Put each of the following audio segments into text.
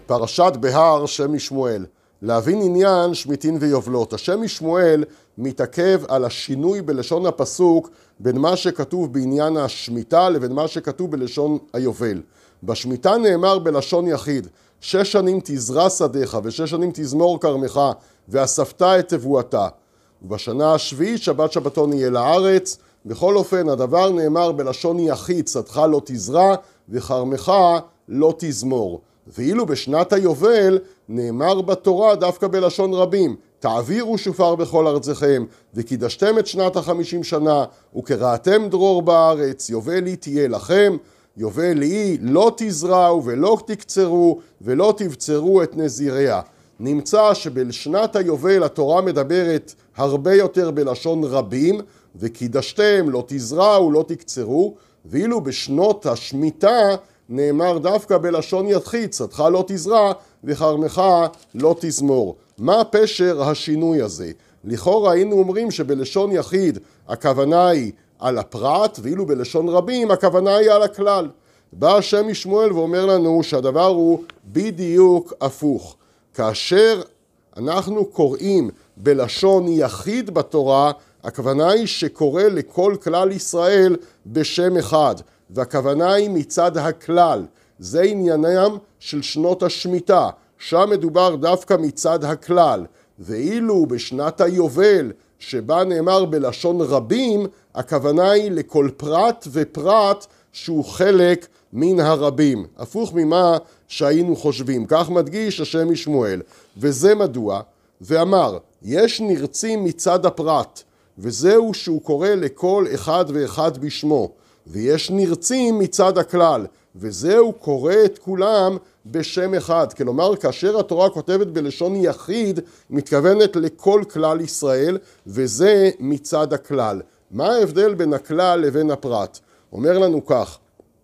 פרשת בהר, שם משמואל. להבין עניין שמיטין ויובלות. השם משמואל מתעכב על השינוי בלשון הפסוק בין מה שכתוב בעניין השמיטה לבין מה שכתוב בלשון היובל. בשמיטה נאמר בלשון יחיד, 6 שנים תזרע שדיך ו6 שנים תזמור כרמך ואספת את תבואתה. ובשנה השביעית שבת שבתון יהיה לארץ. בכל אופן הדבר נאמר בלשון יחיד, שדך לא תזרע וכרמך לא תזמור. ואילו בשנת היובל נאמר בתורה דווקא בלשון רבים, תעבירו שופר בכל ארצכם וקידשתם את שנת 50 שנה וקראתם דרור בארץ, יובל היא תהיה לכם, יובל היא לא תזרעו ולא תקצרו ולא תבצרו את נזיריה. נמצא שבשנת היובל התורה מדברת הרבה יותר בלשון רבים, וקידשתם לא תזרעו לא תקצרו, ואילו בשנות השמיטה נאמר דווקא בלשון יחיד, שדך לא תזרע וכרמך לא תזמור. מה פשר השינוי הזה? לכאורה היינו אומרים שבלשון יחיד הכוונה היא על הפרט, ואילו בלשון רבים הכוונה היא על הכלל. בא השם משמואל ואומר לנו שהדבר הוא בדיוק הפוך. כאשר אנחנו קוראים בלשון יחיד בתורה, הכוונה היא שקורא לכל כלל ישראל בשם אחד, והכוונה היא מצד הכלל. זה עניינם של שנות השמיטה, שם מדובר דווקא מצד הכלל. ואילו בשנת היובל, שבה נאמר בלשון רבים, הכוונה היא לכל פרט ופרט שהוא חלק מן הרבים. הפוך ממה שהיינו חושבים. כך מדגיש השם משמואל. וזה מדוע? ואמר, יש נרצים מצד הפרט, וזהו שהוא קורא לכל אחד ואחד בשמו. ויש נרצים מצד הכלל, וזהו קורא את כולם בשם אחד. כלומר, כאשר התורה כותבת בלשון יחיד, מתכוונת לכל כלל ישראל, וזה מצד הכלל. מה ההבדל בין הכלל לבין הפרט? אומר לנו כך,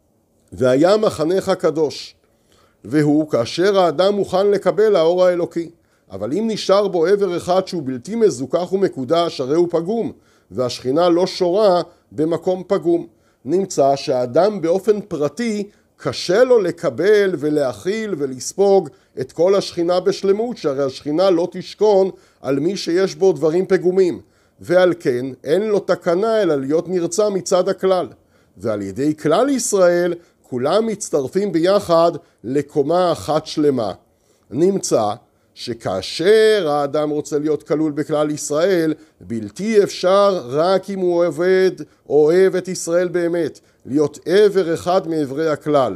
והיה מחנך קדוש, והוא כאשר האדם מוכן לקבל האור האלוקי. אבל אם נשאר בו עבר אחד שהוא בלתי מזוכח ומקודש, הרי הוא פגום, והשכינה לא שורה במקום פגום. נמצא שהאדם באופן פרטי קשה לו לקבל ולהכיל ולספוג את כל השכינה בשלמות, שהרי השכינה לא תשכון על מי שיש בו דברים פגומים, ועל כן אין לו תקנה אלא להיות נרצה מצד הכלל. ועל ידי כלל ישראל כולם מצטרפים ביחד לקומה אחת שלמה. נמצא שכאשר האדם רוצה להיות כלול בכלל ישראל, בלתי אפשר רק אם הוא אוהב את ישראל באמת, להיות עבר אחד מעברי הכלל.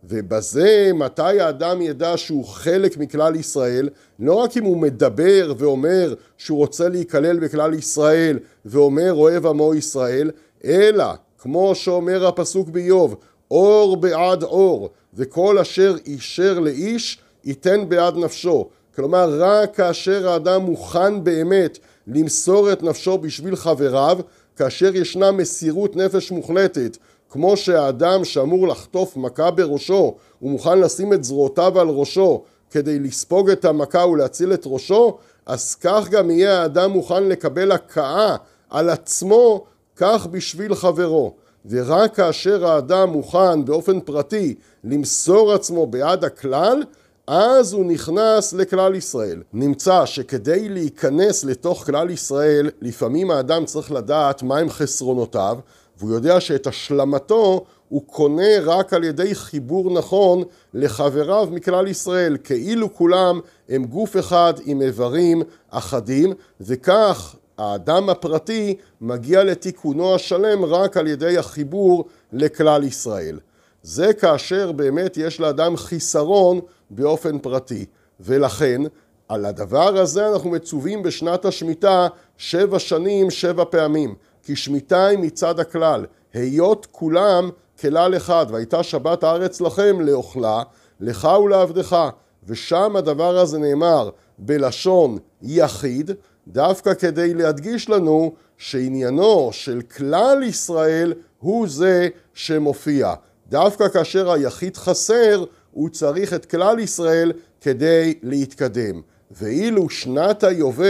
ובזה מתי האדם ידע שהוא חלק מכלל ישראל? לא רק אם הוא מדבר ואומר שהוא רוצה להיכלל בכלל ישראל ואומר אוהב עמו ישראל, אלא כמו שאומר הפסוק באיוב, אור בעד אור, וכל אשר אישר לאיש ייתן בעד נפשו. כלומר, רק כאשר האדם מוכן באמת למסור את נפשו בשביל חבריו, כאשר ישנה מסירות נפש מוחלטת, כמו שהאדם שאמור לחטוף מכה בראשו, הוא מוכן לשים את זרועותיו על ראשו כדי לספוג את המכה ולהציל את ראשו, אז כך גם יהיה האדם מוכן לקבל הכאה על עצמו, כך בשביל חברו. ורק כאשר האדם מוכן באופן פרטי למסור עצמו בעד הכלל, אז הוא נכנס לכלל ישראל. נמצא שכדי להיכנס לתוך כלל ישראל, לפעמים האדם צריך לדעת מהם חסרונותיו, והוא יודע שאת השלמתו הוא קונה רק על ידי חיבור נכון לחבריו מכלל ישראל, כאילו כולם הם גוף אחד עם איברים אחדים, וכך האדם הפרטי מגיע לתיקונו השלם רק על ידי החיבור לכלל ישראל. זה כאשר באמת יש לאדם חיסרון באופן פרטי, ולכן על הדבר הזה אנחנו מצווים בשנת השמיטה 7 שנים 7 פעמים, כי שמיטה היא מצד הכלל, היות כולם כלל אחד, והייתה שבת הארץ לכם לאוכלה, לך ולעבדך, ושם הדבר הזה נאמר בלשון יחיד, דווקא כדי להדגיש לנו שעניינו של כלל ישראל הוא זה שמופיע. דווקא כאשר היחיד חסר, הוא צריך את כלל ישראל כדי להתקדם. ואילו שנת היובל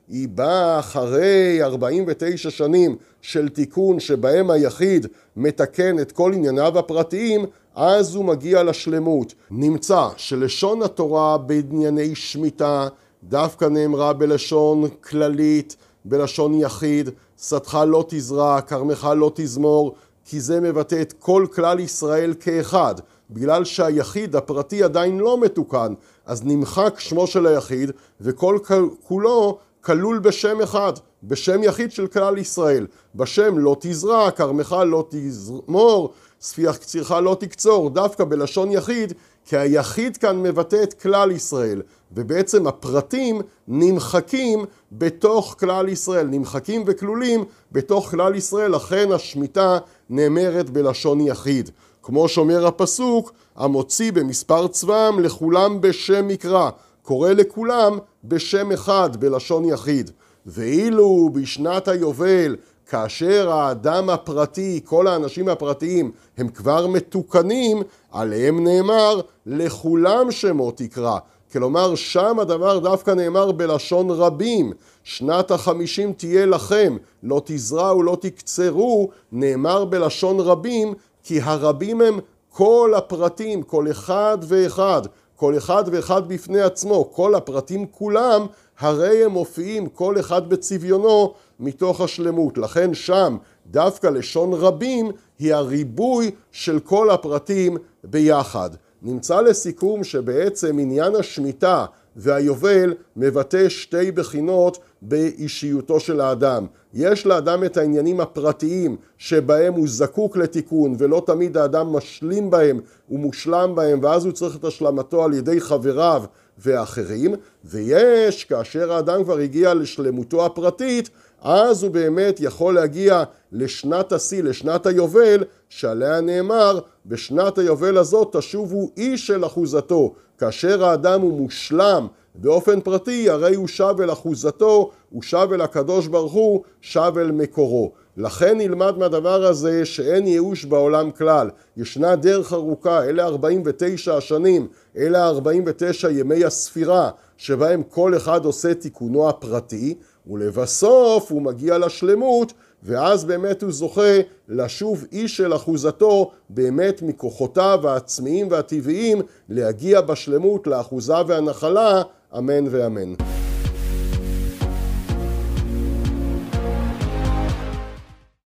היא באה אחרי 49 שנים של תיקון שבהם היחיד מתקן את כל ענייניו הפרטיים, אז הוא מגיע לשלמות. נמצא שלשון התורה בענייני שמיטה דווקא נאמרה בלשון כללית, בלשון יחיד, שדך לא תזרע, כרמך לא תזמור, כי זה מבטא את כל כלל ישראל כאחד. בגלל שהיחיד הפרטי עדיין לא מתוקן, אז נמחק שמו של היחיד, וכל כולו כלול בשם אחד, בשם יחיד של כלל ישראל. בשם לא תזרע, כרמך לא תזמור, ספיח קצירך לא תקצור, דווקא בלשון יחיד, כי היחיד כאן מבטא את כלל ישראל, ובעצם הפרטים נמחקים בתוך כלל ישראל, נמחקים וכלולים בתוך כלל ישראל, לכן השמיטה נאמרת בלשון יחיד. כמו שאומר הפסוק, המוציא במספר צבאם לכולם בשם מקרא, קורא לכולם בשם אחד בלשון יחיד. ואילו בשנת היובל, כאשר האדם הפרטי, כל האנשים הפרטיים הם כבר מתוקנים, עליהם נאמר לכולם שמות יקרא. כלומר שם הדבר דווקא נאמר בלשון רבים, שנת ה-50 תהיה לכם, לא תזרעו לא תקצרו, נאמר בלשון רבים, כי הרבים הם כל הפרטים, כל אחד ואחד, כל אחד ואחד בפני עצמו, כל הפרטים כולם, הרי הם מופיעים כל אחד בצביונו מתוך השלמות. לכן שם דווקא לשון רבים היא הריבוי של כל הפרטים ביחד. נמצא לסיכום שבעצם עניין השמיטה והיובל מבטא שתי בחינות באישיותו של האדם. יש לאדם את העניינים הפרטיים שבהם הוא זקוק לתיקון ולא תמיד האדם משלים בהם ומושלם בהם, ואז הוא צריך את השלמתו על ידי חבריו ואחרים. ויש כאשר האדם כבר הגיע לשלמותו הפרטית, אז הוא באמת יכול להגיע לשנת השיא, לשנת היובל, שעליה נאמר, בשנת היובל הזאת תשובו איש אל אחוזתו. כאשר האדם הוא מושלם באופן פרטי, הרי הוא שב אל אחוזתו, הוא שב אל הקדוש ברוך הוא, שב אל מקורו. לכן נלמד מהדבר הזה שאין ייאוש בעולם כלל. ישנה דרך ארוכה, אלה 49 השנים, אלה 49 ימי הספירה, שבהם כל אחד עושה תיקונו הפרטי, ולבסוף הוא מגיע לשלמות, ואז באמת הוא זוכה לשוב איש אל אחוזתו, באמת מכוחותיו העצמיים והטבעיים, להגיע בשלמות לאחוזה והנחלה, אמן ואמן.